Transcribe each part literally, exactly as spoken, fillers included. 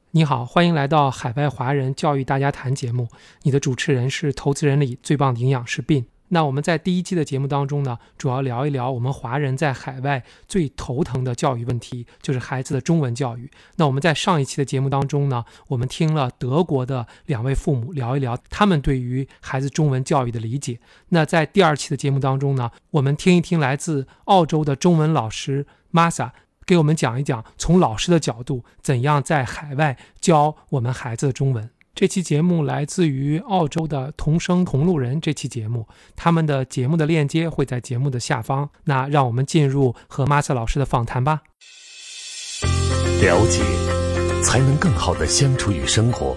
你好，欢迎来到海外华人教育大家谈节目，你的主持人是投资人里最棒的营养师 Bin。 那我们在第一期的节目当中呢，主要聊一聊我们华人在海外最头疼的教育问题，就是孩子的中文教育。那我们在上一期的节目当中呢，我们听了德国的两位父母聊一聊他们对于孩子中文教育的理解。那在第二期的节目当中呢，我们听一听来自澳洲的中文老师 Masa给我们讲一讲从老师的角度怎样在海外教我们孩子的中文。这期节目来自于澳洲的同声同路人，这期节目他们的节目的链接会在节目的下方。那让我们进入和 Masa 老师的访谈吧。 了解才能更好地相处与生活。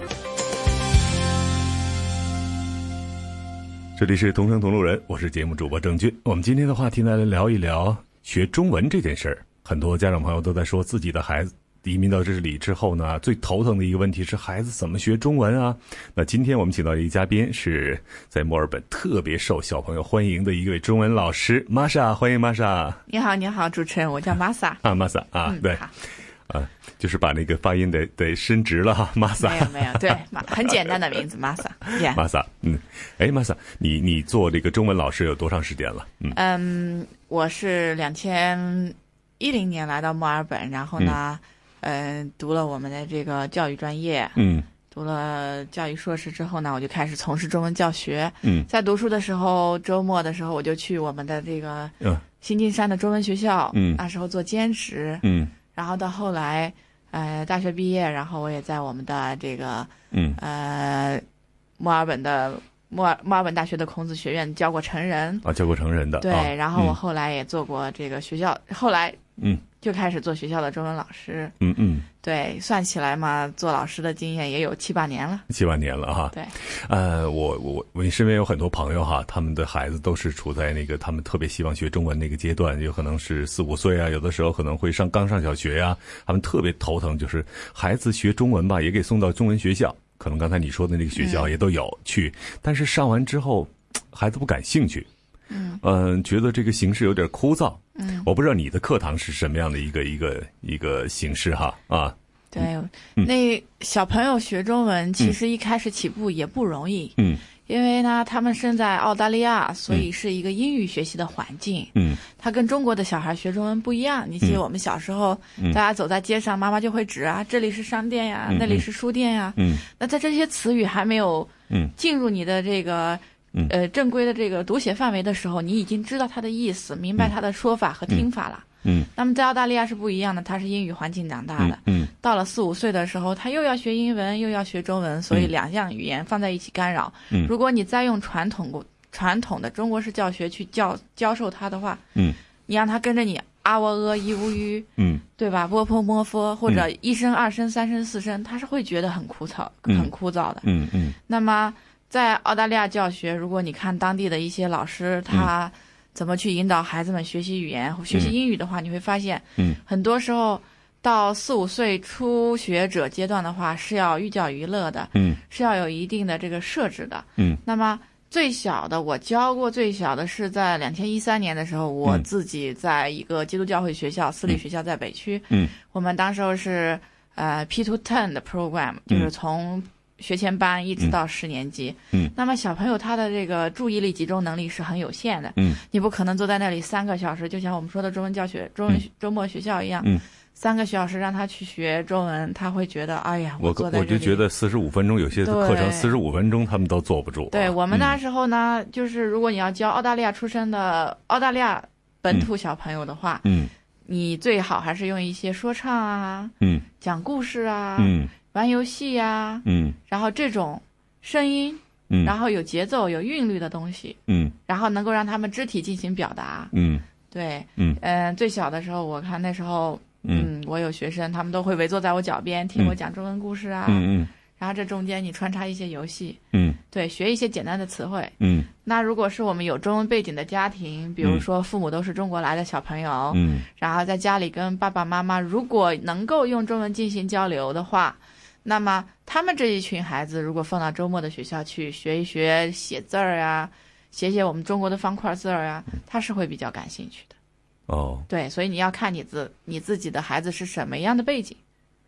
这里是同声同路人，我是节目主播郑俊。我们今天的话题呢，来聊一聊学中文这件事儿。很多家长朋友都在说自己的孩子移民到这里之后呢，最头疼的一个问题是孩子怎么学中文啊。那今天我们请到一个嘉宾，是在墨尔本特别受小朋友欢迎的一位中文老师 Masa， 欢迎 Masa。 你好你好，主持人，我叫 Masa 啊 Masa 啊、嗯、对好啊，就是把那个发音得得伸直了哈 Masa。 没有没有，对很简单的名字 Masa yeah. Masa 嗯，哎 Masa， 你你做这个中文老师有多长时间了？嗯嗯，我是两千一零年来到墨尔本，然后呢，嗯、呃，读了我们的这个教育专业， 嗯， 读了教育硕士之后呢，我就开始从事中文教学。 嗯， 在读书的时候，周末的时候我就去我们的这个新金山的中文学校， 嗯， 那时候做兼职， 嗯， 然后到后来，呃，大学毕业，然后我也在我们的这个， 嗯， 呃，墨尔本的。墨尔墨尔本大学的孔子学院教过成人啊，教过成人的。 对、 啊， 然后我后来也做过这个学校，嗯、后来嗯就开始做学校的中文老师。 嗯嗯， 对，算起来嘛，做老师的经验也有七八年了。 七八年了哈。 对， 呃，我我我身边有很多朋友哈，他们的孩子都是处在那个他们特别希望学中文那个阶段，有可能是四五岁啊，有的时候可能会上刚上小学啊，他们特别头疼，就是孩子学中文吧，也给送到中文学校。可能刚才你说的那个学校也都有去，嗯、但是上完之后，孩子不感兴趣， 嗯嗯、呃，觉得这个形式有点枯燥， 嗯， 我不知道你的课堂是什么样的一个一个一个形式哈啊。 对，嗯、那小朋友学中文其实一开始起步也不容易， 嗯， 因为呢，他们生在澳大利亚，所以是一个英语学习的环境， 嗯， 他跟中国的小孩学中文不一样。你记得我们小时候， 嗯、 大家走在街上，妈妈就会指啊，这里是商店呀， 嗯、 那里是书店呀， 嗯， 那在这些词语还没有嗯进入你的这个。 嗯、 呃，正规的这个读写范围的时候，你已经知道它的意思，明白它的说法和听法了。 嗯， 那么在澳大利亚是不一样的，它是英语环境长大的。 嗯，嗯到了四五岁的时候，他又要学英文，又要学中文，所以两项语言放在一起干扰。 嗯， 如果你再用传统传统的中国式教学去教教授他的话， 嗯， 你让他跟着你啊喔呃一乌吁， 嗯， 对吧？波泼摸佛或者一声二声三声四声，他是会觉得很枯燥， 嗯、 很枯燥的。 嗯嗯。 那么在澳大利亚教学，如果你看当地的一些老师，他怎么去引导孩子们学习语言、嗯、学习英语的话，你会发现， 嗯， 很多时候到四五岁初学者阶段的话，是要寓教于乐的， 嗯， 是要有一定的这个设置的， 嗯。 那么最小的，我教过最小的是在两千一三年的时候，我自己在一个基督教会学校、嗯、私立学校在北区， 嗯， 我们当时候是呃 P to ten 的 program， 就是从学前班一直到十年级， 嗯， 那么小朋友他的这个注意力集中能力是很有限的， 嗯， 你不可能坐在那里三个小时，就像我们说的中文教学、中文、嗯、周末学校一样， 嗯， 三个小时让他去学中文，他会觉得，哎呀， 我坐在这里， 我就觉得四十五分钟，有些课程四十五分钟他们都坐不住、啊。 对我们那时候呢、嗯，就是如果你要教澳大利亚出生的澳大利亚本土小朋友的话， 嗯， 你最好还是用一些说唱啊， 嗯， 讲故事啊， 嗯， 玩游戏呀、啊， 嗯， 然后这种声音， 嗯， 然后有节奏、有韵律的东西， 嗯， 然后能够让他们肢体进行表达， 嗯， 对， 嗯， 呃，最小的时候，我看那时候， 嗯， 嗯我有学生，他们都会围坐在我脚边听我讲中文故事啊， 嗯嗯， 然后这中间你穿插一些游戏， 嗯， 对，学一些简单的词汇， 嗯， 那如果是我们有中文背景的家庭，比如说父母都是中国来的小朋友， 嗯， 然后在家里跟爸爸妈妈如果能够用中文进行交流的话，那么他们这一群孩子如果放到周末的学校去学一学写字儿啊，写写我们中国的方块字儿啊，他是会比较感兴趣的。 哦， 对，所以你要看你自你自己的孩子是什么样的背景。 嗯，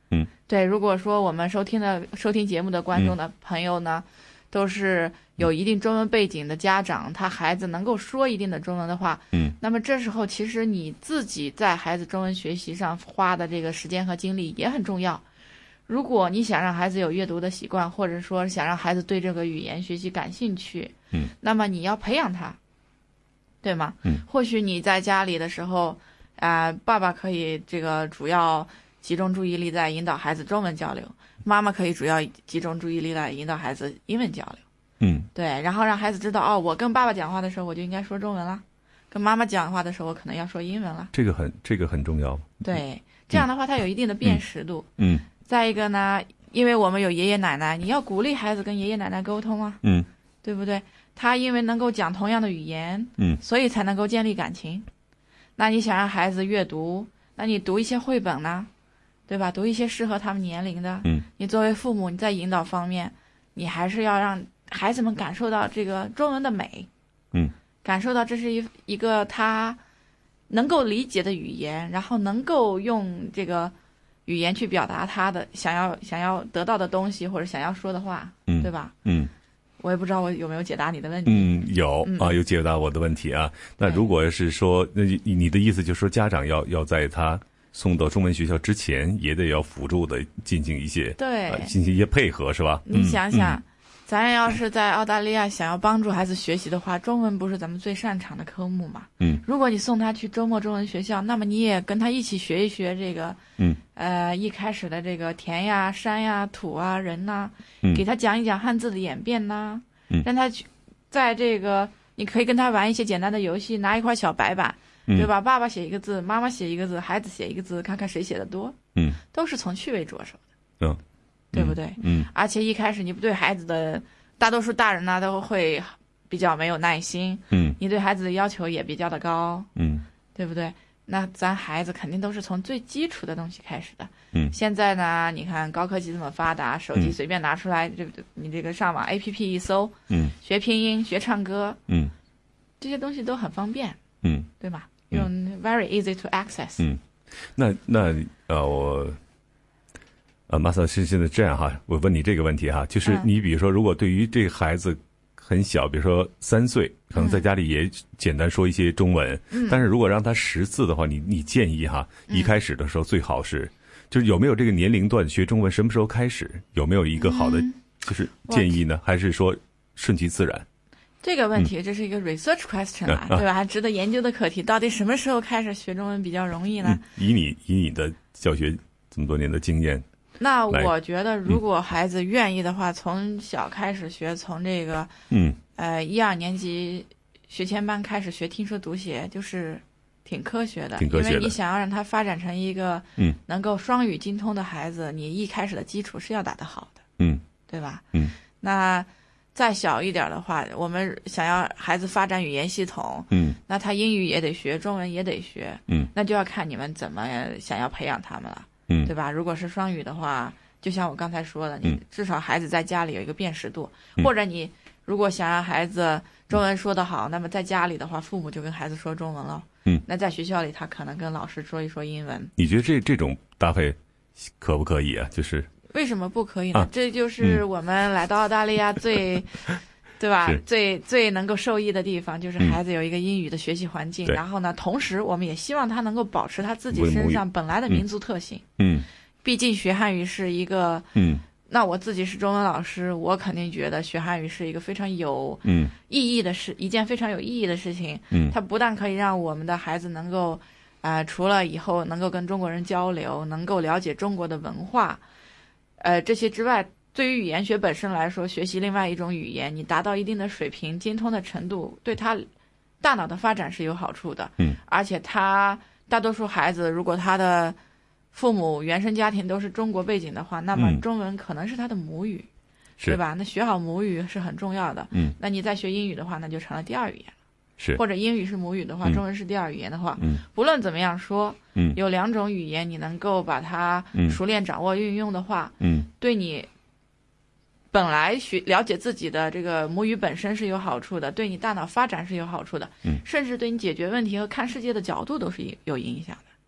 对，如果说我们收听的收听节目的观众的朋友呢，嗯、都是有一定中文背景的家长，他孩子能够说一定的中文的话， 嗯， 那么这时候其实你自己在孩子中文学习上花的这个时间和精力也很重要。如果你想让孩子有阅读的习惯，或者说想让孩子对这个语言学习感兴趣， 嗯， 那么你要培养他，对吗？ 嗯， 或许你在家里的时候，啊、呃，爸爸可以这个主要集中注意力在引导孩子中文交流，妈妈可以主要集中注意力来引导孩子英文交流。 嗯， 对，然后让孩子知道，哦，我跟爸爸讲话的时候我就应该说中文了，跟妈妈讲话的时候我可能要说英文了。 这个很这个很重要。 对，这样的话它有一定的辨识度。 嗯。 再一个呢，因为我们有爷爷奶奶，你要鼓励孩子跟爷爷奶奶沟通啊， 嗯， 对不对？他因为能够讲同样的语言， 嗯， 所以才能够建立感情。那你想让孩子阅读，那你读一些绘本呢，对吧？读一些适合他们年龄的。 嗯， 你作为父母，你在引导方面，你还是要让孩子们感受到这个中文的美。 嗯， 感受到这是一一个他能够理解的语言，然后能够用这个语言去表达他的想要想要得到的东西或者想要说的话， 嗯， 对吧？ 嗯， 我也不知道我有没有解答你的问题。 嗯，有嗯啊，有解答我的问题啊。那如果是说，那你你的意思就是说，家长要要在他送到中文学校之前，也得要辅助的进行一些对、 呃、进行一些配合，是吧？ 你想想。 嗯嗯咱要是在澳大利亚想要帮助孩子学习的话，中文不是咱们最擅长的科目嘛？ 嗯， 如果你送他去周末中文学校，那么你也跟他一起学一学这个， 嗯， 呃，一开始的这个田呀、山呀、土啊、人呐、 嗯， 给他讲一讲汉字的演变呐， 嗯， 让他去在这个，你可以跟他玩一些简单的游戏，拿一块小白板， 嗯、 对吧？爸爸写一个字，妈妈写一个字，孩子写一个字，看看谁写的多， 嗯， 都是从趣味着手的，嗯。 对不对？ 嗯， 而且一开始你不对孩子的，大多数大人呢都会比较没有耐心， 嗯， 你对孩子的要求也比较的高， 嗯， 对不对？那咱孩子肯定都是从最基础的东西开始的， 嗯， 现在呢，你看高科技这么发达，手机随便拿出来，对不对？你这个上网 A P P 一搜， 嗯， 学拼音、学唱歌， 嗯， 这些东西都很方便， 嗯， 对吧？用 very easy to access， 嗯，那那呃我。呃，马萨是现在这样哈，我问你这个问题哈，就是你比如说，如果对于这个孩子很小，比如说三岁，可能在家里也简单说一些中文， 嗯， 但是如果让他识字的话，你你建议哈，一开始的时候最好是，就是有没有这个年龄段学中文，什么时候开始，有没有一个好的就是建议呢？还是说顺其自然？ 这个问题这是一个 research question 啊， 嗯、 对吧？还值得研究的课题，到底什么时候开始学中文比较容易呢？ 嗯、以你以你的教学这么多年的经验。 那我觉得，如果孩子愿意的话，嗯、从小开始学，从这个嗯呃一二年级学前班开始学听说读写，就是挺科学的。 挺科学的。 因为你想要让他发展成一个嗯能够双语精通的孩子，你一开始的基础是要打得好的， 嗯， 对吧？ 嗯。 那再小一点的话，我们想要孩子发展语言系统， 嗯， 那他英语也得学，中文也得学， 嗯， 那就要看你们怎么想要培养他们了。 嗯， 对吧？如果是双语的话，就像我刚才说的，你嗯至少孩子在家里有一个辨识度， 嗯、 或者你如果想让孩子中文说得好，那么在家里的话，父母就跟孩子说中文了。 嗯， 那在学校里，他可能跟老师说一说英文。 你觉得这这种搭配可不可以啊？就是为什么不可以呢？ 啊、 这就是我们来到澳大利亚最。对吧？最最能够受益的地方就是孩子有一个英语的学习环境， 嗯、 然后呢，同时我们也希望他能够保持他自己身上本来的民族特性。 嗯， 毕竟学汉语是一个， 嗯， 那我自己是中文老师，我肯定觉得学汉语是一个非常有嗯意义的事，一件非常有意义的事情。 嗯， 它不但可以让我们的孩子能够，啊、呃，除了以后能够跟中国人交流，能够了解中国的文化，呃，这些之外。对于语言学本身来说，学习另外一种语言，你达到一定的水平、精通的程度，对他大脑的发展是有好处的。 嗯， 而且他大多数孩子，如果他的父母原生家庭都是中国背景的话，那么中文可能是他的母语， 嗯、 对吧？那学好母语是很重要的。 嗯， 那你再学英语的话，那就成了第二语言了。 是， 或者英语是母语的话， 嗯、 中文是第二语言的话， 嗯， 不论怎么样说， 嗯， 有两种语言你能够把它熟练掌握、运用的话， 嗯， 对你。本来学了解自己的这个母语本身是有好处的，对你大脑发展是有好处的， 嗯， 甚至对你解决问题和看世界的角度都是有影响的。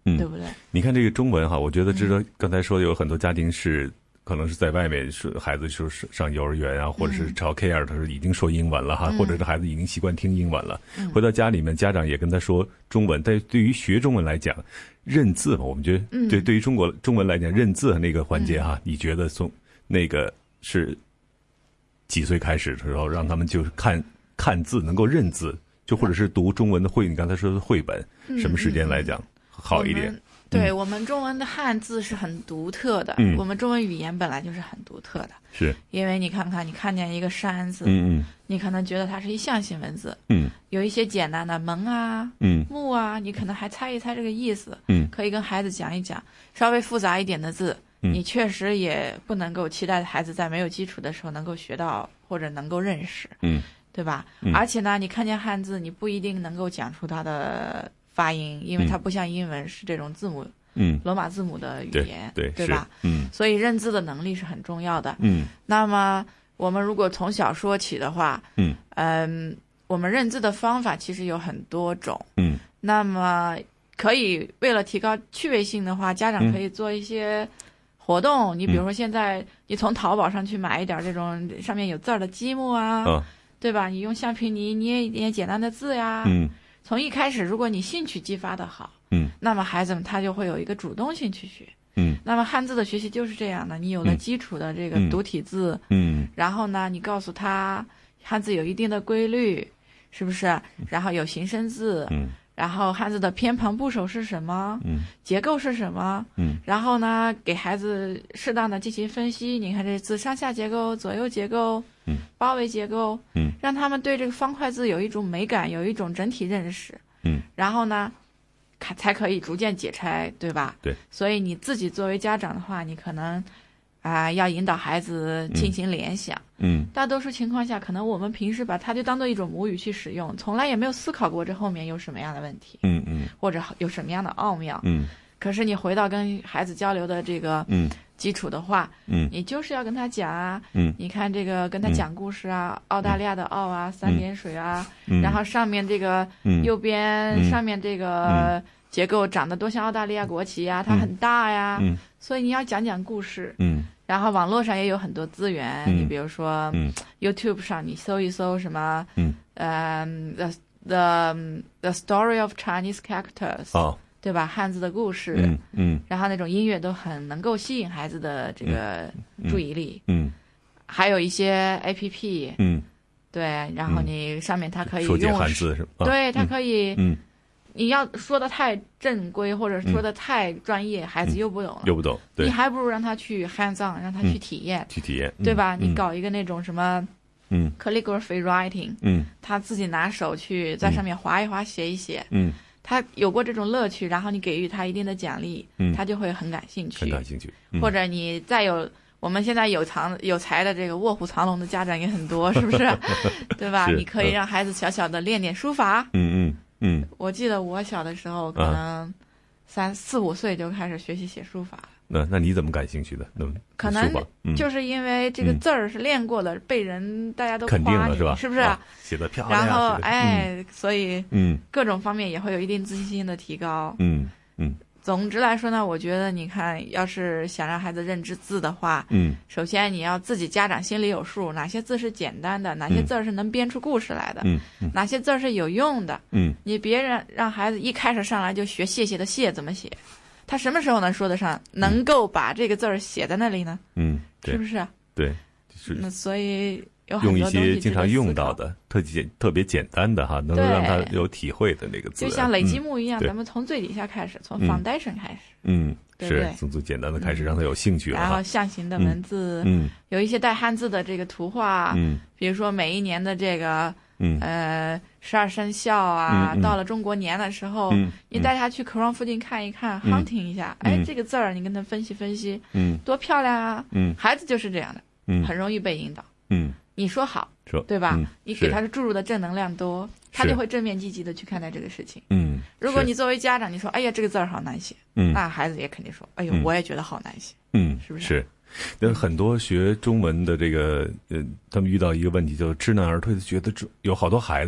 嗯， 对不对？ 你看这个中文哈，我觉得知道刚才说有很多家庭是。可能是在外面说孩子就是上幼儿园啊，或者是 childcare，他是已经说英文了哈， 嗯、 或者是孩子已经习惯听英文了，嗯、回到家里面家长也跟他说中文。但对于学中文来讲，认字嘛，我们觉得对对于中国中文来讲，认字那个环节哈，嗯、你觉得从那个是几岁开始的时候让他们就是看看字能够认字，就或者是读中文的绘，你刚才说的绘本，嗯、什么时间来讲好一点？ 对、嗯、我们中文的汉字是很独特的，嗯、我们中文语言本来就是很独特的， 是因为你看看，你看见一个山字， 嗯嗯， 你可能觉得它是一象形文字， 嗯， 有一些简单的门啊，嗯，木啊，你可能还猜一猜这个意思，嗯，可以跟孩子讲一讲。稍微复杂一点的字，嗯、你确实也不能够期待孩子在没有基础的时候能够学到或者能够认识， 嗯， 对吧？嗯、而且呢，你看见汉字，你不一定能够讲出它的发音，因为它不像英文是这种字母。嗯，罗马字母的语言， 对对, 对吧？ 嗯， 所以认字的能力是很重要的。 嗯， 那么我们如果从小说起的话，嗯嗯、呃，我们认字的方法其实有很多种。 嗯， 那么可以为了提高趣味性的话，家长可以做一些活动。嗯、你比如说，现在你从淘宝上去买一点这种上面有字儿的积木啊， 哦、 对吧？你用橡皮泥捏一点简单的字呀。 嗯， 从一开始，如果你兴趣激发的好。 嗯， 那么孩子们他就会有一个主动性去学。 嗯， 那么汉字的学习就是这样的，你有了基础的这个独体字， 嗯， 然后呢，你告诉他汉字有一定的规律，是不是？然后有形声字， 嗯， 然后汉字的偏旁部首是什么？ 嗯， 结构是什么？ 嗯， 然后呢，给孩子适当的进行分析。你看这字上下结构、左右结构， 嗯， 包围结构， 嗯， 让他们对这个方块字有一种美感，有一种整体认识， 嗯， 然后呢。才可以逐渐解拆，对吧？ 对。 所以你自己作为家长的话，你可能啊、呃、要引导孩子进行联想。 嗯。 大多数情况下，可能我们平时把它就当做一种母语去使用，从来也没有思考过这后面有什么样的问题。 嗯嗯。 或者有什么样的奥妙。 嗯。 可是你回到跟孩子交流的这个嗯基础的话， 嗯， 你就是要跟他讲啊， 嗯， 你看这个跟他讲故事啊， 嗯、 澳大利亚的澳啊，嗯、三点水啊， 嗯、 然后上面这个、 嗯、 右边、 嗯、 上面这个。嗯结构长得多像澳大利亚国旗呀，它很大呀， 嗯、 所以你要讲讲故事。 嗯， 然后网络上也有很多资源， 嗯、 你比如说、 嗯、 YouTube 上你搜一搜什么， 嗯， 呃 the the the story of Chinese characters， 哦， 对吧？汉字的故事， 嗯嗯， 然后那种音乐都很能够吸引孩子的这个注意力， 嗯，嗯还有一些 A P P， 嗯， 对，然后你上面它可以用说解汉字是吧？ 对，它可以， 嗯。 你要说的太正规，或者说的太专业，嗯、孩子又不懂了， 又不懂。对， 你还不如让他去 hands on， 让他去体验， 嗯、去体验， 对吧？ 嗯、 你搞一个那种什么， 嗯 ，calligraphy writing， 嗯， 他自己拿手去在上面划一划、写一写， 嗯， 他有过这种乐趣，然后你给予他一定的奖励， 嗯， 他就会很感兴趣， 很感兴趣。嗯、 或者你再有。我们现在有藏有才的这个卧虎藏龙的家长也很多，是不是？对吧？你可以让孩子小小的练点书法。 嗯嗯嗯。 我记得我小的时候，可能三、啊、四五岁就开始学习写书法了。 那那你怎么感兴趣的？那可能就是因为这个字儿是练过的，嗯、被人大家都夸你， 肯定了是吧？ 是不是？ 啊、写得漂亮。 然后哎，嗯、所以嗯， 各种方面也会有一定自信心的提高。 嗯嗯。 总之来说呢，我觉得你看，要是想让孩子认知字的话， 嗯， 首先你要自己家长心里有数，哪些字是简单的，哪些字是能编出故事来的， 嗯，嗯哪些字是有用的， 嗯， 你别让让孩子一开始上来就学谢谢的谢怎么写，他什么时候能说得上，能够把这个字儿写在那里呢？ 嗯， 是不是？ 对，就是那所以。 用一些经常用到的、特简、特别简单的哈，能够让他有体会的那个字， 就像累积木一样， 嗯、 咱们从最底下开始，从 foundation 开始， 嗯， 对不对？ 是从最简单的开始，让他有兴趣了。 然后象形的文字， 嗯， 有一些带汉字的这个图画， 嗯， 比如说每一年的这个， 嗯， 呃，十二生肖啊， 嗯、 到了中国年的时候， 嗯， 你带他去 Koran 附近看一看、 嗯、 hunting 一下， 嗯、 哎，这个字儿你跟他分析分析， 嗯， 多漂亮啊， 嗯， 孩子就是这样的， 嗯， 很容易被引导， 嗯。 你说好， 说对吧？ 嗯、 你给他的注入的正能量多，他就会正面积极的去看待这个事情。 嗯， 如果你作为家长，你说，哎呀，这个字儿好难写， 嗯， 那孩子也肯定说，哎呦， 嗯、 我也觉得好难写， 嗯， 是不是？ 是。那很多学中文的这个，呃，他们遇到一个问题，就是知难而退的，觉得有好多孩子哈，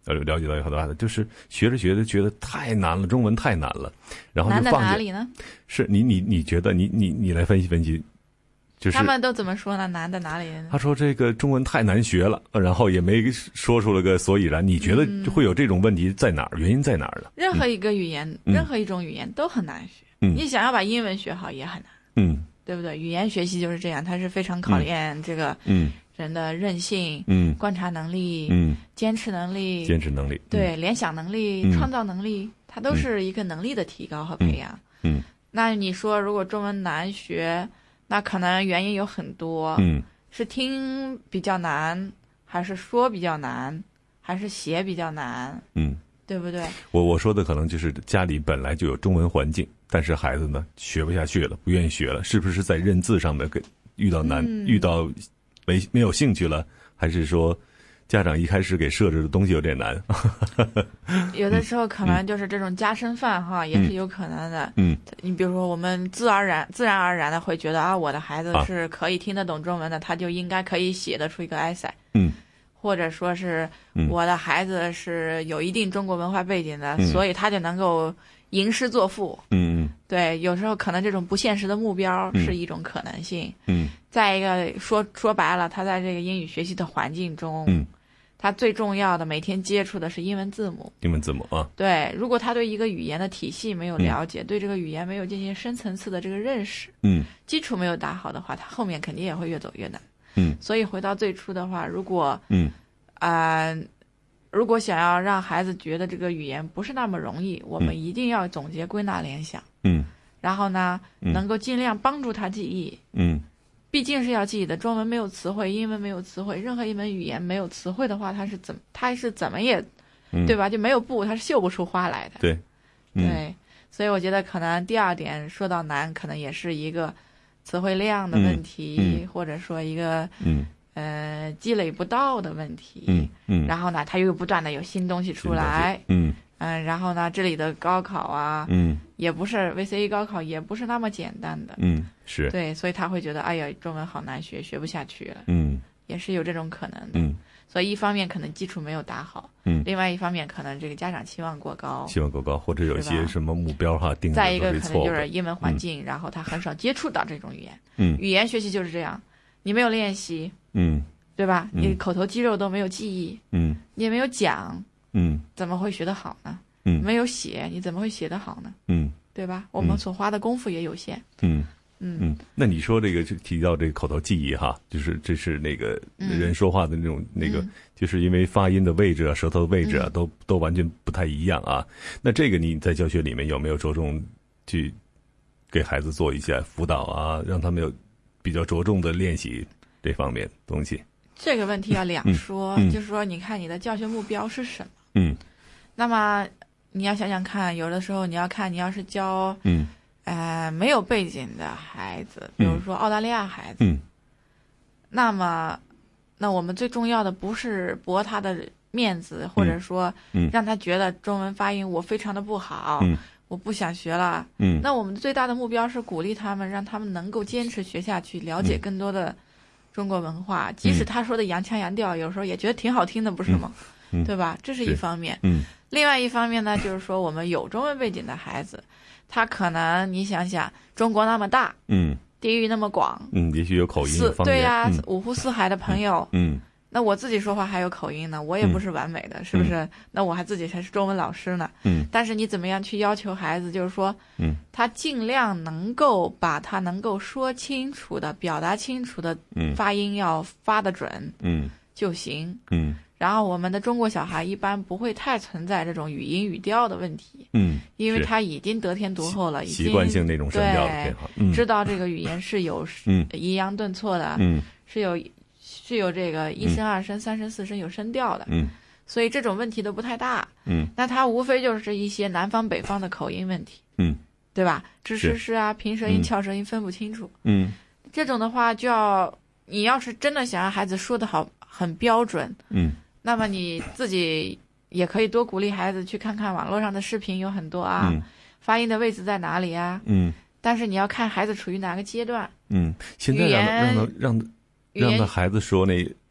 呃，了解到有很多孩子就是学着学着觉得太难了，中文太难了，然后就难在放下。 哪里呢？ 是你你你觉得你你你来分析分析，就是他们都怎么说呢？难在哪里呢？ 他说这个中文太难学了，然后也没说出了个所以然。你觉得会有这种问题在哪儿？原因在哪儿呢？ 任何一个语言， 嗯、 任何一种语言都很难学。 嗯， 你想要把英文学好也很难。 嗯， 对不对？语言学习就是这样，它是非常考验这个人的韧性、 嗯， 观察能力、 嗯， 坚持能力、 坚持能力， 对，联想能力、 嗯、 创造能力，它都是一个能力的提高和培养。 嗯， 那你说如果中文难学，那可能原因有很多。 嗯， 是听比较难，还是说比较难，还是写比较难？ 嗯。 对不对？ 我我说的可能就是家里本来就有中文环境，但是孩子呢学不下去了，不愿意学了，是不是在认字上面跟遇到难、嗯、遇到没没有兴趣了，还是说家长一开始给设置的东西有点难？ 有的时候可能就是这种加深饭哈、嗯，也是有可能的。 嗯， 你比如说我们自而然自然而然的会觉得啊，我的孩子是可以听得懂中文的，啊、他就应该可以写得出一个 essay。 嗯。 或者说是我的孩子是有一定中国文化背景的， 嗯、 所以他就能够吟诗作赋。 嗯， 对，有时候可能这种不现实的目标是一种可能性。 嗯， 再一个说说白了，他在这个英语学习的环境中， 嗯， 他最重要的每天接触的是英文字母。 英文字母啊。 对，如果他对一个语言的体系没有了解，嗯、对这个语言没有进行深层次的这个认识， 嗯， 基础没有打好的话，他后面肯定也会越走越难。 嗯， 所以回到最初的话，如果嗯啊、呃，如果想要让孩子觉得这个语言不是那么容易，我们一定要总结、归纳、联想。 嗯， 然后呢，能够尽量帮助他记忆。 嗯， 毕竟是要记忆的，中文没有词汇，英文没有词汇，任何一门语言没有词汇的话，它是怎它是怎么也， 嗯、 对吧？就没有布，它是绣不出花来的。 对， 嗯、对，所以我觉得可能第二点说到难，可能也是一个词汇量的问题， 嗯嗯、 或者说一个嗯。 呃，积累不到的问题， 嗯嗯， 然后呢，它又不断的有新东西出来， 嗯嗯、呃，然后呢，这里的高考啊， 嗯， 也不是 V C E 高考，也不是那么简单的， 嗯，是对，所以他会觉得，哎呀，中文好难学，学不下去了， 嗯， 也是有这种可能的， 嗯， 所以一方面可能基础没有打好， 嗯， 另外一方面可能这个家长期望过高， 期望过高，或者有一些什么目标哈定的再一个可能就是英文环嗯、 境，然后他很少接触到这种语言， 嗯， 语言学习就是这样，你没有练习， 嗯。 对吧？ 嗯、 你口头肌肉都没有记忆， 嗯， 你也没有讲， 嗯， 怎么会学得好呢？ 嗯， 没有写，你怎么会写得好呢？ 嗯， 对吧？我们所花的功夫也有限。 嗯嗯嗯，那你说这个就提到这个口头记忆哈，就是这是那个人说话的那种、嗯、那个，就是因为发音的位置啊、舌头的位置啊，嗯、都都完全不太一样啊。那这个你在教学里面有没有着重去给孩子做一下辅导啊，让他们有比较着重的练习这方面东西？ 这个问题要两说， 嗯嗯、 就是说，你看你的教学目标是什么？ 嗯， 那么你要想想看，有的时候你要看，你要是教， 嗯， 呃，没有背景的孩子，比如说澳大利亚孩子， 嗯， 那么，那我们最重要的不是驳他的面子，或者说， 嗯， 让他觉得中文发音我非常的不好， 嗯， 我不想学了， 嗯， 那我们最大的目标是鼓励他们，让他们能够坚持学下去，了解更多的中国文化，即使他说的洋腔洋调，有时候也觉得挺好听的，不是吗？ 嗯、 对吧？这是一方面。 嗯。 另外一方面呢，就是说我们有中文背景的孩子，他可能你想想，中国那么大， 嗯， 地域那么广， 嗯，也许有口音四方面， 对呀、啊嗯， 五湖四海的朋友， 嗯， 那我自己说话还有口音呢，我也不是完美的， 嗯、 是不是？那我还自己还是中文老师呢， 嗯， 但是你怎么样去要求孩子，就是说， 嗯， 他尽量能够把他能够说清楚的、表达清楚的发音要发得准， 嗯， 就行， 嗯。 然后我们的中国小孩一般不会太存在这种语音语调的问题， 嗯， 因为他已经得天独厚了，已经习惯性那种声调对、 嗯， 知道这个语言是有嗯抑扬顿挫的， 嗯， 是有是有这个一声、二声、三声、四声有声调的， 嗯， 所以这种问题都不太大， 嗯， 那他无非就是一些南方北方的口音问题， 嗯， 对吧？知识是啊，平舌音、翘舌音分不清楚， 嗯， 这种的话就要你要是真的想让孩子说得好很标准， 嗯。 那么你自己也可以多鼓励孩子去看看网络上的视频，有很多啊， 嗯、 发音的位置在哪里啊？ 嗯， 但是你要看孩子处于哪个阶段。 嗯，现在让让让让他孩子说那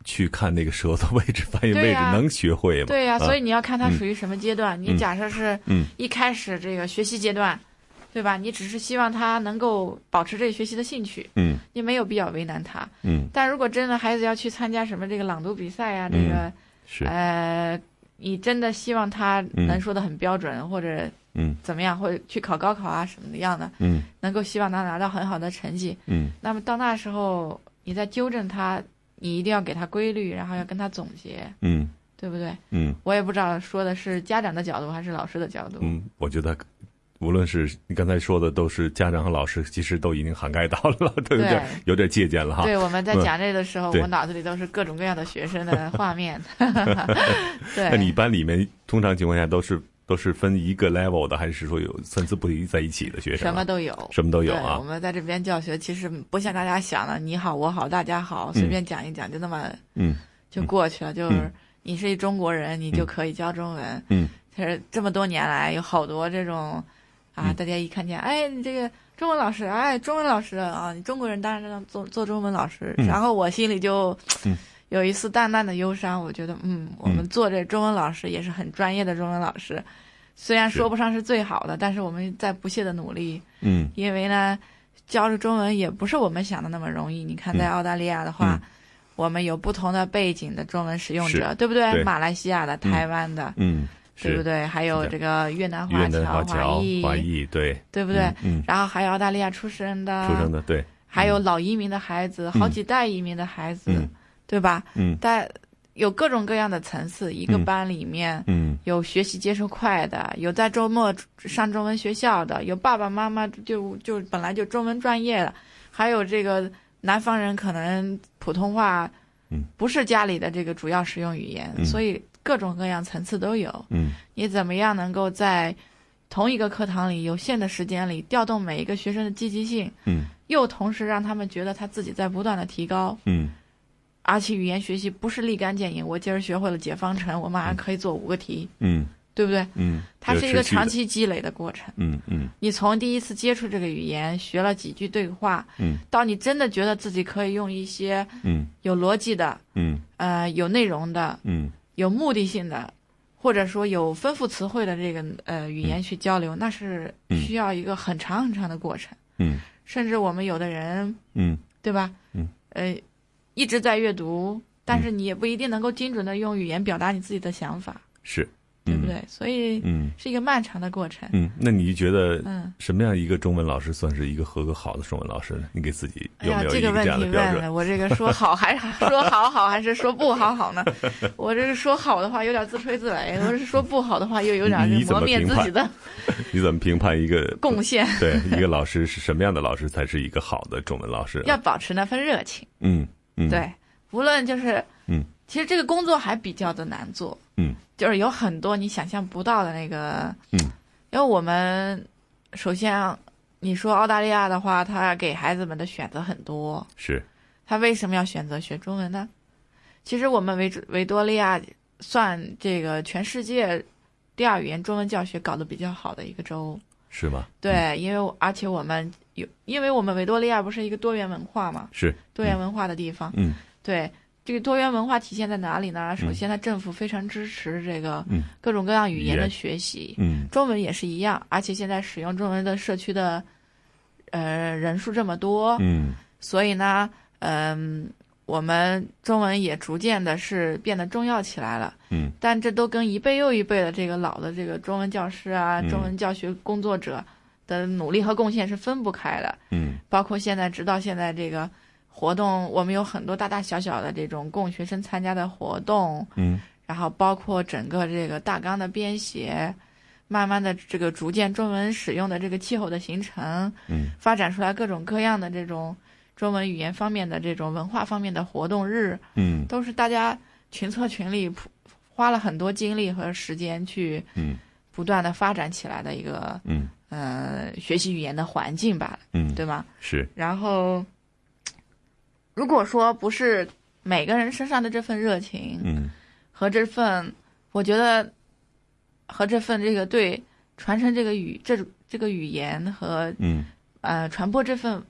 去看那个舌头位置、发音位置， 啊、 能学会吗？ 对呀、啊， 所以你要看他属于什么阶段。 嗯、 你假设是一开始这个学习阶段，嗯、对吧？你只是希望他能够保持这个学习的兴趣， 嗯， 你没有必要为难他， 嗯。 但如果真的孩子要去参加什么这个朗读比赛呀、啊，这个、 嗯、是呃，你真的希望他能说得很标准，嗯、或者嗯怎么样，或者去考高考啊什么样的， 嗯， 能够希望他拿到很好的成绩， 嗯， 那么到那时候你再纠正他。你一定要给他规律，然后要跟他总结， 嗯， 对不对？ 嗯， 我也不知道说的是家长的角度还是老师的角度。 嗯，我觉得无论是你刚才说的，都是家长和老师，其实都已经涵盖到了，都有点有点借鉴了哈。 对，我们在讲这个的时候， 嗯、 我脑子里都是各种各样的学生的画面。对， 那你班里面通常情况下都是都是分一个 level 的，还是说有参差不齐在一起的学生、啊？ 什么都有， 什么都有啊。 我们在这边教学，其实不像大家想的，你好我好大家好，随便讲一讲就那么嗯就过去了。嗯、就是你是一中国人，你就可以教中文。 嗯， 其实这么多年来有好多这种啊， 嗯、 大家一看见，哎，你这个中文老师，哎，中文老师啊，你中国人当然要做做中文老师。 嗯、 然后我心里就。 嗯有一丝淡淡的忧伤，我觉得，嗯，我们做这中文老师也是很专业的中文老师，虽然说不上是最好的，但是我们在不懈的努力。 嗯， 因为呢，教这中文也不是我们想的那么容易。你看，在澳大利亚的话， 嗯、 我们有不同的背景的中文使用者，对不对？ 对？马来西亚的、台湾的， 嗯， 对不对？还有这个越南华侨、 华裔、 华裔，对， 对不对？ 嗯， 然后还有澳大利亚出生的， 出生的，对， 还有老移民的孩子，好几代移民的孩子。 嗯对吧？ 嗯， 但有各种各样的层次，一个班里面， 嗯， 有学习接受快的，有在周末上中文学校的，有爸爸妈妈就就本来就中文专业的，还有这个南方人可能普通话， 嗯， 不是家里的这个主要使用语言， 嗯、 所以各种各样层次都有。 嗯， 你怎么样能够在同一个课堂里有限的时间里调动每一个学生的积极性？ 嗯， 又同时让他们觉得他自己在不断的提高。 嗯。 而且语言学习不是立竿见影，我今儿学会了解方程，我马上可以做五个题， 嗯， 对不对？ 嗯， 它是一个长期积累的过程。 嗯嗯， 你从第一次接触这个语言，学了几句对话， 嗯， 到你真的觉得自己可以用一些嗯有逻辑的， 嗯呃有内容的， 嗯有目的性的，或者说有丰富词汇的这个呃语言去交流，那是需要一个很长很长的过程。 嗯， 甚至我们有的人， 嗯， 对吧？ 嗯， 呃。一直在阅读，但是你也不一定能够精准的用语言表达你自己的想法， 是， 嗯、对不对？所以， 嗯， 是一个漫长的过程。 嗯，那你觉得， 嗯， 什么样一个中文老师算是一个合格好的中文老师呢？你给自己有没有一个这样的标准？ 哎呀，这个问题问了，我这个说好还是说好好，还是说不好好呢？我这个说好的话有点自吹自擂，我是说不好的话又有点磨灭自己的。 你怎么评判一个贡献？ 对，一个老师是什么样的老师才是一个好的中文老师？ 要保持那份热情。 嗯嗯， 对。无论就是， 嗯， 其实这个工作还比较的难做， 嗯， 就是有很多你想象不到的那个， 嗯， 因为我们首先你说澳大利亚的话，他给孩子们的选择很多， 是， 他为什么要选择学中文呢？其实我们维维多利亚算这个全世界第二语言中文教学搞得比较好的一个州， 是吗？ 对， 嗯、 因为而且我们有，因为我们维多利亚不是一个多元文化嘛， 是多元文化的地方， 嗯， 对，这个多元文化体现在哪里呢？首先，它政府非常支持这个各种各样语言的学习， 嗯， 中文也是一样，而且现在使用中文的社区的呃人数这么多， 嗯， 所以呢，嗯、呃，我们中文也逐渐的是变得重要起来了， 嗯， 但这都跟一辈又一辈的这个老的这个中文教师啊、 嗯、 中文教学工作者的努力和贡献是分不开的， 嗯， 包括现在直到现在这个活动，我们有很多大大小小的这种供学生参加的活动， 嗯， 然后包括整个这个大纲的编写，慢慢的这个逐渐中文使用的这个气候的形成， 嗯， 发展出来各种各样的这种中文语言方面的这种文化方面的活动日， 嗯， 都是大家群策群力，花了很多精力和时间去， 嗯， 不断的发展起来的一个， 嗯， 呃，学习语言的环境吧， 嗯， 对吗？ 是。 然后，如果说不是每个人身上的这份热情， 嗯， 和这份，我觉得和这份这个对传承这个语这这个语言和嗯呃传播这份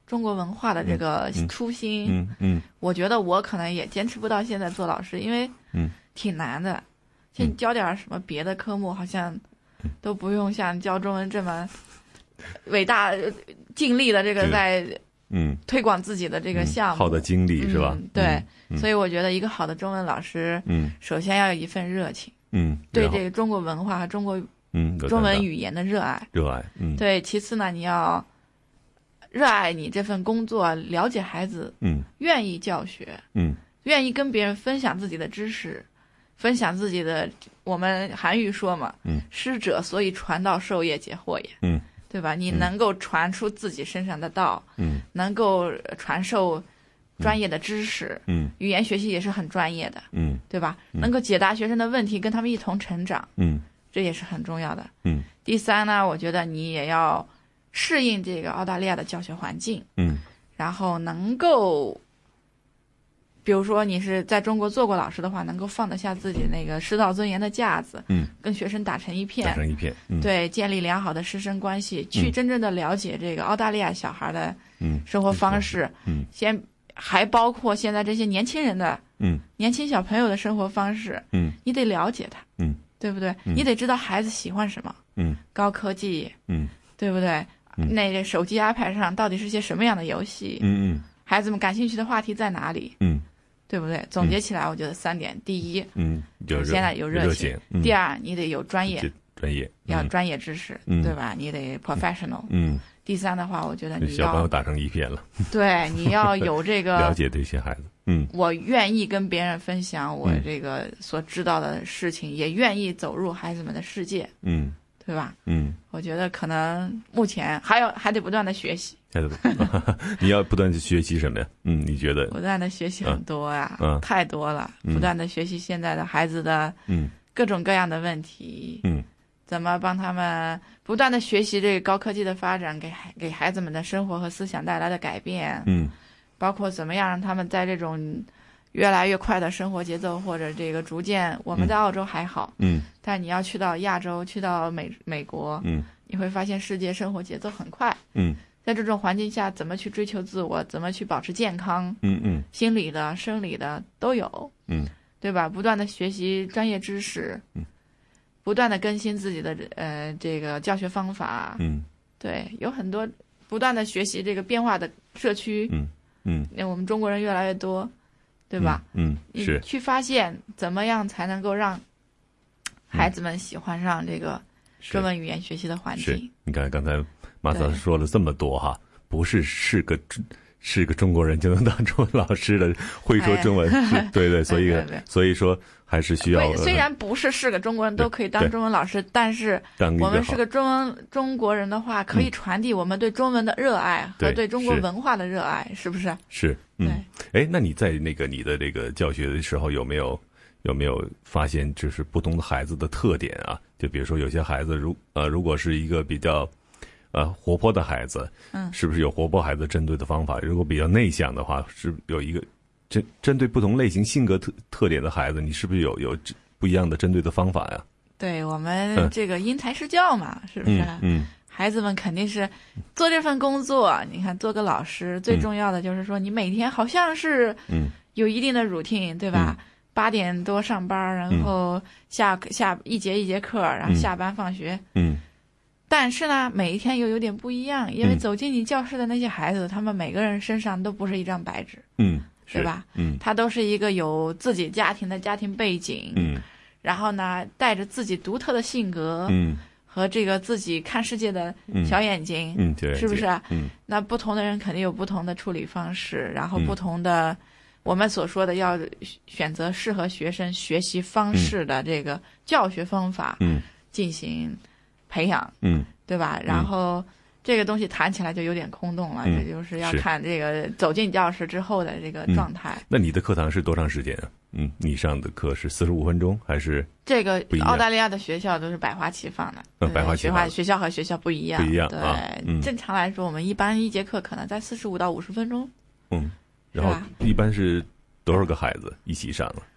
中国文化的这个初心， 嗯 嗯, 嗯， 我觉得我可能也坚持不到现在做老师，因为嗯挺难的。现在教点什么别的科目，好像都不用像教中文这么伟大尽力的这个在嗯推广自己的这个项目， 耗的精力是吧？ 嗯、对、 嗯， 所以我觉得一个好的中文老师， 嗯， 首先要有一份热情， 嗯， 对这个中国文化和中国嗯中文语言的热爱， 热爱，嗯， 对。其次呢，你要热爱你这份工作，了解孩子， 嗯， 愿意教学， 嗯， 愿意跟别人分享自己的知识，分享自己的，我们韩语说嘛， 嗯， 师者所以传道授业解惑也， 嗯， 对吧？你能够传出自己身上的道， 嗯， 能够传授专业的知识， 嗯， 语言学习也是很专业的， 嗯， 对吧？ 嗯、 能够解答学生的问题，跟他们一同成长， 嗯， 这也是很重要的， 嗯。 第三呢，我觉得你也要适应这个澳大利亚的教学环境， 嗯， 然后能够，比如说你是在中国做过老师的话，能够放得下自己那个师道尊严的架子， 嗯， 跟学生打成一片， 打成一片，嗯、 对，建立良好的师生关系，去真正的了解这个澳大利亚小孩的生活方式， 嗯， 先还包括现在这些年轻人的， 嗯， 年轻小朋友的生活方式， 嗯， 你得了解他， 嗯， 对不对？ 嗯、 你得知道孩子喜欢什么， 嗯， 高科技， 嗯， 对不对？ 嗯、 那个手机 iPad 上到底是些什么样的游戏？ 嗯嗯， 孩子们感兴趣的话题在哪里？ 嗯， 对不对？总结起来，我觉得三点：第一， 嗯，有现在有热情； 嗯、 第二，你得有专业， 专业要专业知识， 嗯、 对吧？你得 professional。 嗯。 第三的话，我觉得你要小朋友打成一片了。 对，你要有这个了解这些孩子。嗯， 我愿意跟别人分享我这个所知道的事情，嗯、也愿意走入孩子们的世界。 嗯， 对吧？ 嗯， 我觉得可能目前还有还得不断的学习。 你要不断的学习什么呀？嗯，你觉得？ 不断的学习很多呀， 嗯、 太多了。 嗯、 不断的学习现在的孩子的嗯各种各样的问题。 嗯。 怎么帮他们不断的学习这个高科技的发展，给给孩子们的生活和思想带来的改变？ 嗯， 包括怎么样让他们在这种越来越快的生活节奏或者这个逐渐，我们在澳洲还好， 嗯， 但你要去到亚洲，去到美美国， 嗯， 你会发现世界生活节奏很快， 嗯， 在这种环境下，怎么去追求自我，怎么去保持健康， 嗯嗯， 心理的、生理的都有， 嗯， 对吧？不断的学习专业知识， 嗯。 不断的更新自己的呃这个教学方法， 嗯， 对，有很多不断的学习这个变化的社区， 嗯嗯， 那我们中国人越来越多，对吧？ 嗯，嗯是你去发现怎么样才能够让孩子们喜欢上这个中文语言学习的环境。 是你看刚才马嫂说了这么多哈，不是是个是个中国人就能当中文老师的，会说中文，哎、对对，所以对对对所以说还是需要。 虽然不是是个中国人都可以当中文老师，但是我们是个中文中国人的话，可以传递我们对中文的热爱和对中国文化的热爱，是不是？ 是，嗯，哎，那你在那个你的这个教学的时候，有没有有没有发现，就是不同的孩子的特点啊？就比如说有些孩子，如呃，如果是一个比较。呃，活泼的孩子， 嗯， 是不是有活泼孩子针对的方法？如果比较内向的话，是有一个针针对不同类型性格特特点的孩子，你是不是有有不一样的针对的方法呀？ 对，我们这个因材施教嘛，嗯、是不是？ 嗯， 孩子们肯定是做这份工作。你看，做个老师最重要的就是说，你每天好像是嗯有一定的 routine，、嗯、对吧？八、嗯、点多上班，然后下、嗯、下一节一节课，然后下班放学， 嗯。 但是呢，每一天又有点不一样，因为走进你教室的那些孩子，嗯、他们每个人身上都不是一张白纸， 嗯， 对吧？ 嗯， 他都是一个有自己家庭的家庭背景， 嗯， 然后呢，带着自己独特的性格， 嗯， 和这个自己看世界的小眼睛， 嗯，对， 是不是？ 嗯， 那不同的人肯定有不同的处理方式，然后不同的，嗯、我们所说的要选择适合学生学习方式的这个教学方法， 嗯， 进行培养， 嗯， 对吧？然后这个东西谈起来就有点空洞了， 嗯、 这就是要看这个走进教室之后的这个状态。 嗯、那你的课堂是多长时间啊？嗯，你上的课是四十五分钟还是？ 这个澳大利亚的学校都是百花齐放的， 嗯，百花齐放。 学校和学校不一样， 不一样。 对， 啊嗯、 正常来说，我们一般一节课可能在四十五到五十分钟。 嗯，然后一般是多少个孩子一起上啊？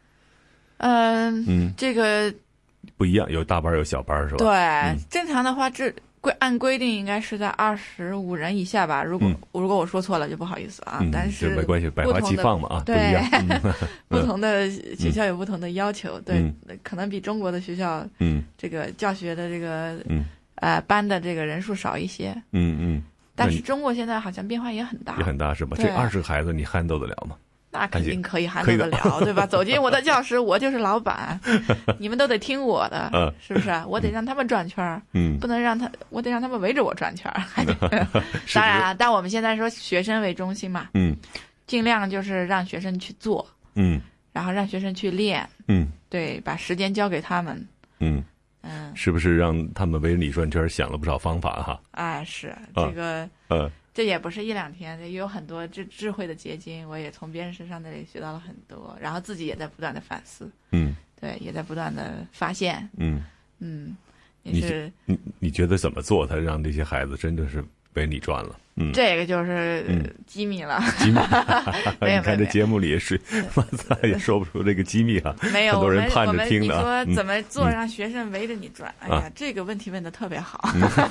嗯嗯，这个。 不一样，有大班有小班是吧？ 对， 嗯、 正常的话，这规按规定应该是在二十五人以下吧。如果、 嗯、 如果我说错了就不好意思啊。 嗯、 但是没关系，百花齐放嘛啊， 对， 不一样。嗯、 不同的学校有不同的要求， 嗯、 对，可能比中国的学校， 嗯， 这个教学的这个， 嗯， 呃，班的这个人数少一些。 嗯嗯。 但是中国现在好像变化也很大， 也很大是吧？这二十个孩子你handle得了吗？ 那肯定可以handle得了，对吧？走进我的教室，我就是老板，你们都得听我的， 嗯、 是不是？我得让他们转圈儿， 嗯， 不能让他，我得让他们围着我转圈儿。当然了，但我们现在说学生为中心嘛， 嗯， 尽量就是让学生去做， 嗯， 然后让学生去练， 嗯， 对，把时间交给他们， 嗯。 嗯， 是不是让他们围着你转圈想了不少方法哈？ 哎，是这个， 呃、啊， 这也不是一两天，也有很多智智慧的结晶，我也从别人身上那里学到了很多，然后自己也在不断的反思， 嗯， 对，也在不断的发现， 嗯嗯，也是你你你觉得怎么做，才让这些孩子真的是围你转了？嗯， 这个就是机密了。 机密，你看这节目里也是，也说不出这个机密哈。 没有， 很多人盼着听的。 你说怎么做让学生围着你转？哎呀，这个问题问的特别好。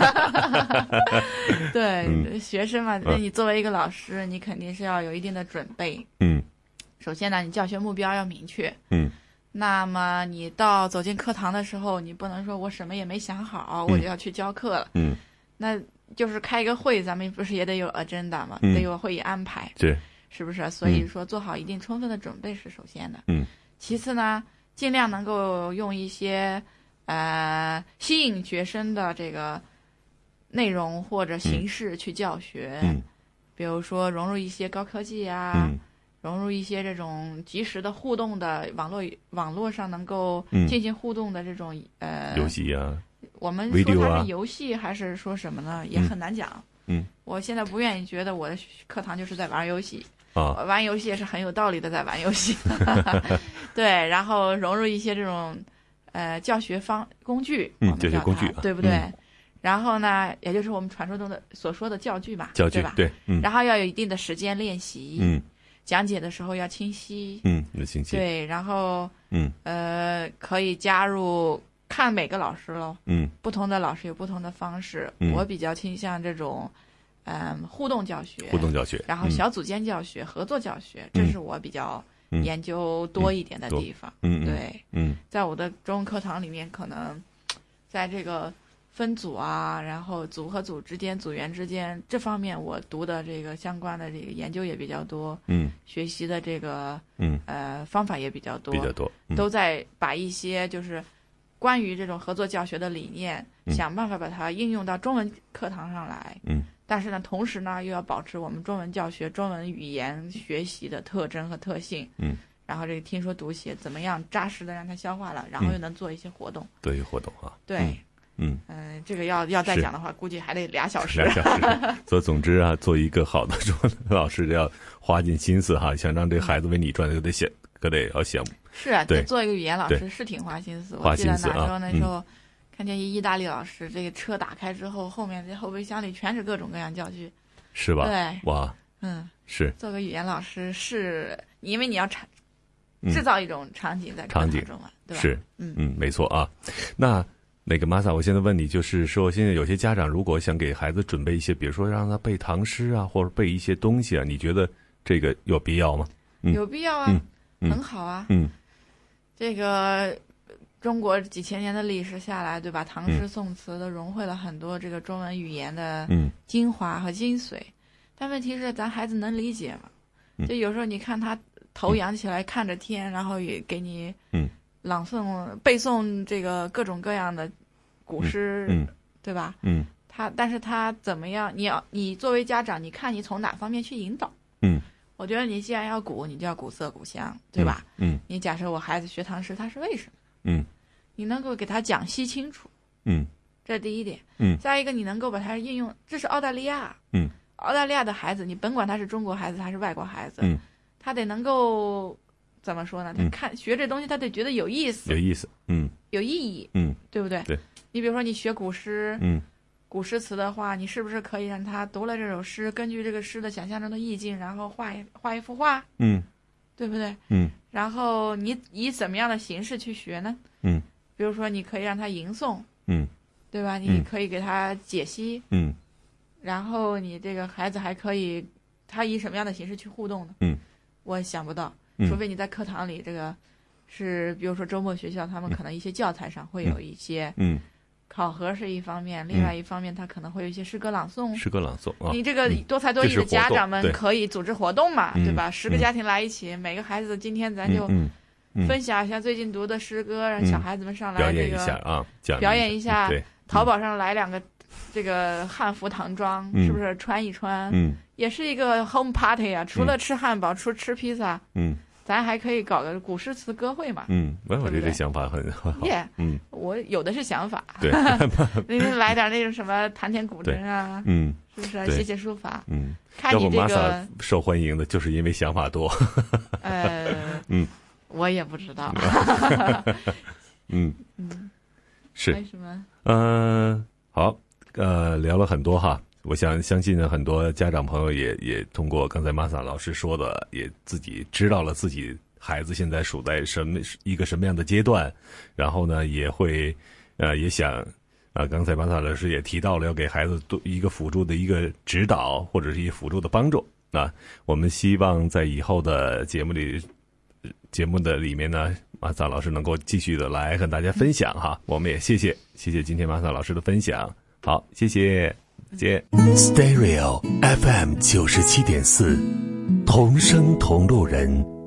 对，学生嘛，那你作为一个老师，你肯定是要有一定的准备。 嗯。 首先呢，你教学目标要明确。 嗯。 那么你到走进课堂的时候，你不能说我什么也没想好，我就要去教课了。 嗯。 那。就是开一个会，咱们不是也得有 agenda 吗？ 嗯、 得有会议安排， 对， 是不是？所以说做好一定充分的准备是首先的。 嗯。 其次呢，尽量能够用一些呃吸引学生的这个内容或者形式去教学。 嗯。 比如说融入一些高科技啊， 嗯、 融入一些这种及时的互动的网络网络上能够进行互动的这种、 嗯、呃游戏啊。 我们说它是游戏还是说什么呢？也很难讲。 嗯， 我现在不愿意觉得我的课堂就是在玩游戏。 啊， 玩游戏也是很有道理的，在玩游戏。对，然后融入一些这种呃教学方工具， 嗯，教学工具， 对不对？ 嗯、 然后呢，也就是我们传说中的所说的教具嘛， 教具对吧？ 对，嗯。 然后要有一定的时间练习， 嗯， 讲解的时候要清晰， 嗯，要清晰。 对，然后嗯呃，可以加入。看每个老师喽， 嗯， 不同的老师有不同的方式， 嗯、 我比较倾向这种，嗯，互动教学， 互动教学， 然后小组间教学、嗯、合作教学，这是我比较研究多一点的地方。 嗯， 对， 嗯， 在我的中文课堂里面，可能在这个分组啊，然后组和组之间、组员之间这方面，我读的这个相关的这个研究也比较多， 嗯， 学习的这个， 嗯， 呃，方法也比较多， 比较多， 嗯、都在把一些就是关于这种合作教学的理念， 嗯、 想办法把它应用到中文课堂上来， 嗯， 但是呢，同时呢，又要保持我们中文教学、中文语言学习的特征和特性， 嗯， 然后这个听说读写怎么样扎实的让它消化了，然后又能做一些活动， 做一些活动啊， 对。 嗯嗯、呃，这个要要再讲的话，估计还得俩小时。 俩小时。所以总之啊，做一个好的中文老师，要花尽心思哈，想让这孩子为你转，可得想，可得要想。 是啊， 对， 做一个语言老师是挺花心思。 花心思啊。 我记得哪时候那时候、嗯、看见一意大利老师，这个车打开之后，后面这后备箱里全是各种各样教具。 是吧？ 对， 哇， 嗯， 是。 做个语言老师是，因为你要产制造一种场景在场景中嘛，对吧？ 是，嗯嗯，没错啊。那。那个玛萨，我现在问你，就是说，现在有些家长如果想给孩子准备一些，比如说让他背唐诗啊，或者背一些东西啊，你觉得这个有必要吗？嗯、 有必要啊， 嗯、 很好啊。 嗯， 这个中国几千年的历史下来，对吧？唐诗宋词都融汇了很多这个中文语言的精华和精髓。嗯、但问题是，咱孩子能理解吗？就有时候你看他头仰起来看着天，然后也给你嗯。 朗诵、背诵这个各种各样的古诗， 嗯， 对吧？ 嗯， 他，但是他怎么样？你要，你作为家长，你看你从哪方面去引导？ 嗯， 我觉得你既然要古，你就要古色古香，对吧？ 嗯， 你假设我孩子学唐诗，他是为什么？ 嗯， 你能够给他讲析清楚。 嗯， 这是第一点。 嗯， 再一个，你能够把它应用。这是澳大利亚。 嗯， 澳大利亚的孩子，你甭管他是中国孩子还是外国孩子， 嗯， 他得能够。怎么说呢？他看、嗯、学这东西，他得觉得有意思， 有意思，嗯， 有意义， 嗯， 对不对？ 对。 你比如说，你学古诗， 嗯， 古诗词的话，你是不是可以让他读了这首诗，根据这个诗的想象中的意境，然后画一画一幅画， 嗯， 对不对？ 嗯。 然后你以怎么样的形式去学呢？ 嗯。 比如说，你可以让他吟诵， 嗯， 对吧？你可以给他解析， 嗯， 然后你这个孩子还可以，他以什么样的形式去互动呢？ 嗯， 我想不到， 嗯除非你在课堂里这个是，比如说周末学校，他们可能一些教材上会有一些， 嗯。 考核是一方面，另外一方面，他可能会有一些诗歌朗诵。 诗歌朗诵啊， 你这个多才多艺的家长们可以组织活动嘛， 嗯、 对吧？十个家庭来一起，嗯、每个孩子今天咱就分享一下最近读的诗歌，让小孩子们上来这个、 嗯、表演一下啊， 表演一下。 对， 淘宝上来两个这个汉服唐装， 嗯、 是不是穿一穿？ 嗯， 也是一个 home party 啊。除了吃汉堡，除、嗯、吃披萨， 嗯。 咱还可以搞个古诗词歌会嘛？ 嗯，我觉得这想法很很好。 耶， 嗯， 我有的是想法。 对， 来点那种什么弹甜古筝啊， 嗯， 是不是？写写书法， 嗯， 看你这个受欢迎的，就是因为想法多。 呃， 嗯， 我也不知道。 嗯嗯， 是为什么？ 嗯、呃，好，呃，聊了很多哈。我想相信呢，很多家长朋友也也通过刚才玛莎老师说的，也自己知道了自己孩子现在处在什么一个什么样的阶段，然后呢，也会呃也想啊、呃，刚才玛莎老师也提到了要给孩子多一个辅助的一个指导或者是一些辅助的帮助啊。我们希望在以后的节目里节目的里面呢，玛莎老师能够继续的来和大家分享哈。我们也谢谢谢谢今天玛莎老师的分享，好，谢谢。见 Stereo F M 九十七点四，同声同路人。